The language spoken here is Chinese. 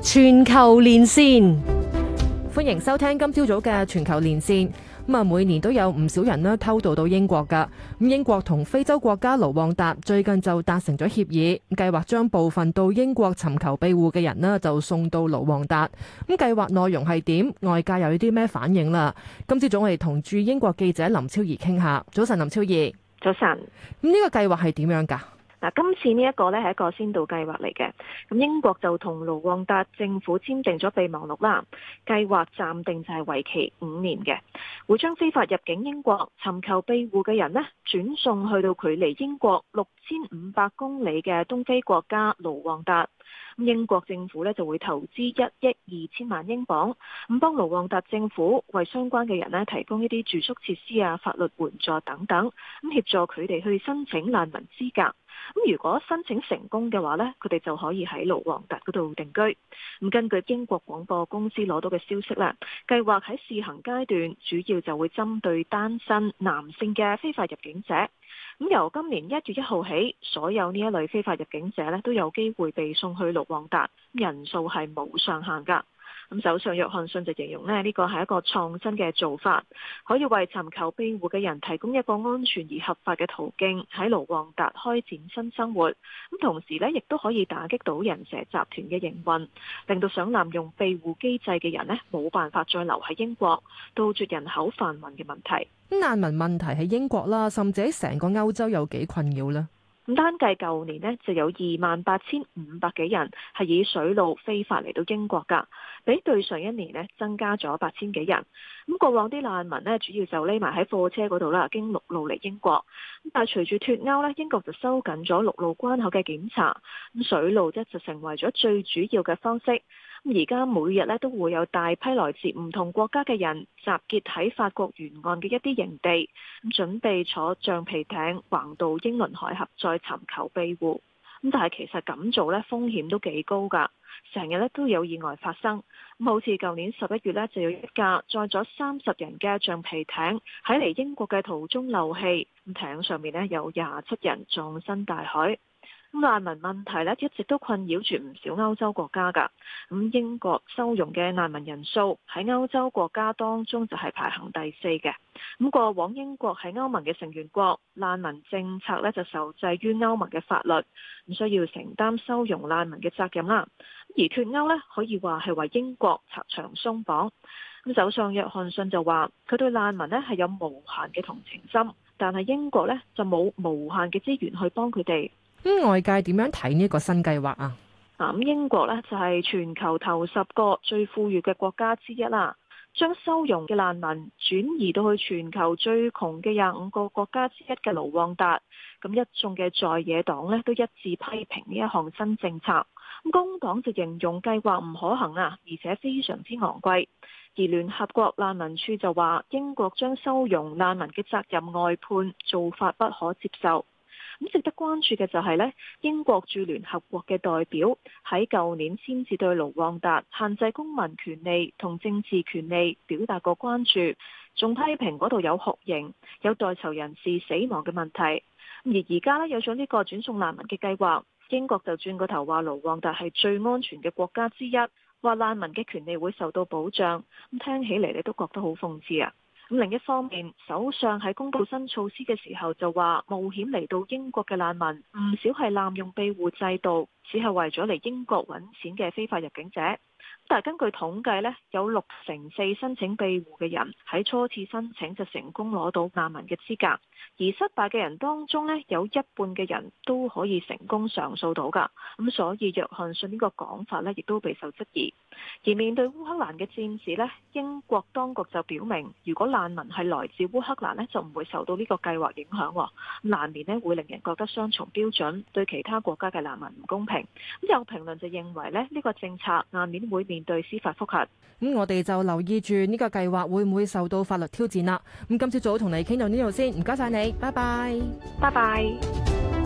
全球連線， 歡迎收聽今朝早嘅全球連線。每年都有唔少人咧偷渡到英國㗎。英國同非洲國家盧旺達最近就達成咗協議，計劃將部分到英國尋求庇護嘅人咧就送到盧旺達。計劃內容係點？外界又有啲咩反應啦？今朝早我哋同駐英國記者林超儀傾下。早晨，林超儀。 早晨。 呢個計劃係點樣㗎？ 今次呢一個呢係一個先導計劃嚟嘅。英國就同盧旺達政府簽訂咗備忘錄啦，計劃暫定就係為期5年嘅，會將非法入境英國尋求庇護嘅人呢轉送去到距離英國6500公里嘅東非國家盧旺達。英國政府呢就會投資1億2千萬英鎊，幫盧旺達政府為相關嘅人呢提供一啲住宿設施啊、法律援助等等，協助佢哋去申請難民資格。如果申請成功嘅話呢，佢哋就可以喺盧旺達嗰度定居。根據英國廣播公司攞到嘅消息啦，計劃喺試行階段主要就會針對單身男性嘅非法入境者。由今年1月1號起，所有呢一類非法入境者呢都有機會被送去盧旺達，人數係冇上限㗎。首相約翰遜就形容呢個係一個創新嘅做法，可以為尋求庇護嘅人提供一個安全而合法嘅途徑，喺盧旺達開展新生活。同時呢亦都可以打擊到人蛇集團嘅營運，令到想濫用庇護機制嘅人呢冇辦法再留喺英國，杜絕人口販運嘅問題。 難民問題喺英國啦，甚至喺成個歐洲有幾困擾呢？ 單計舊年呢就有28,500幾人係以水路非法嚟到英國㗎，比對上一年呢增加咗8,000幾人。過往啲難民呢主要就匿埋喺貨車嗰度啦，經陸路嚟英國。但係隨住脫歐呢，英國就收緊咗陸路關口嘅檢查，水路就成為咗最主要嘅方式。而家每日呢都會有大批來自唔同國家嘅人集結喺法國沿岸嘅一啲營地，準備坐橡皮艇橫渡英倫海峽，再尋求庇護。但係其實咁做呢風險都幾高㗎，成日呢都有意外發生。好似舊年11月呢，就有一架載咗30人嘅橡皮艇喺嚟英國嘅途中漏氣，艇上面呢有27人葬身大海。難民問題呢一直都困擾住唔少歐洲國家㗎。英國收容嘅難民人數喺歐洲國家當中就係排行第4嘅。過往英國係歐盟嘅成員國，難民政策呢就受制於歐盟嘅法律，唔需要承擔收容難民嘅責任啦。而脫歐呢可以話係為英國拆牆鬆綁。首相約翰遜就話佢對難民呢係有無限嘅同情心，但係英國呢就冇無限嘅資源去幫佢哋。 外界點樣睇呢個新計劃啊？ 英國呢就係全球頭10個最富裕嘅國家之一啦，將收容嘅難民轉移到去全球最窮嘅25個國家之一嘅盧旺達。一眾嘅在野黨呢都一致批評呢一項新政策。工黨就形容計劃唔可行啊，而且非常之昂貴。而聯合國難民署就話英國將收容難民嘅責任外判，做法不可接受。值得關注嘅就係呢，英國駐聯合國嘅代表喺舊年先至對盧旺達限制公民權利同政治權利表達過關注，仲批評嗰度有酷刑、有在囚人士死亡嘅問題。而家有咗呢個轉送難民嘅計劃，英國就轉個頭話盧旺達係最安全嘅國家之一，話難民嘅權利會受到保障。聽起嚟你都覺得好諷刺啊！另一方面，首相喺公布新措施嘅時候就話，冒險嚟到英國嘅難民唔少係濫用庇護制度，只係為咗嚟英國揾錢嘅非法入境者。但係根據統計呢，有64%申請庇護嘅人喺初次申請就成功攞到難民嘅資格，而失敗嘅人當中呢，有一半嘅人都可以成功上訴到㗎。所以約翰遜呢個講法呢，亦都備受質疑。而面對烏克蘭嘅戰事呢，英國當局就表明，如果難民係來自烏克蘭呢，就唔會受到呢個計劃影響。難免呢會令人覺得雙重標準，對其他國家嘅難民唔公平。有評論就認為呢，呢個政策難免會面對司法覆核。 我哋就留意住呢個計劃會唔會受到法律挑戰啦。今朝早同你傾到呢度先，唔該晒你，拜拜。 拜拜。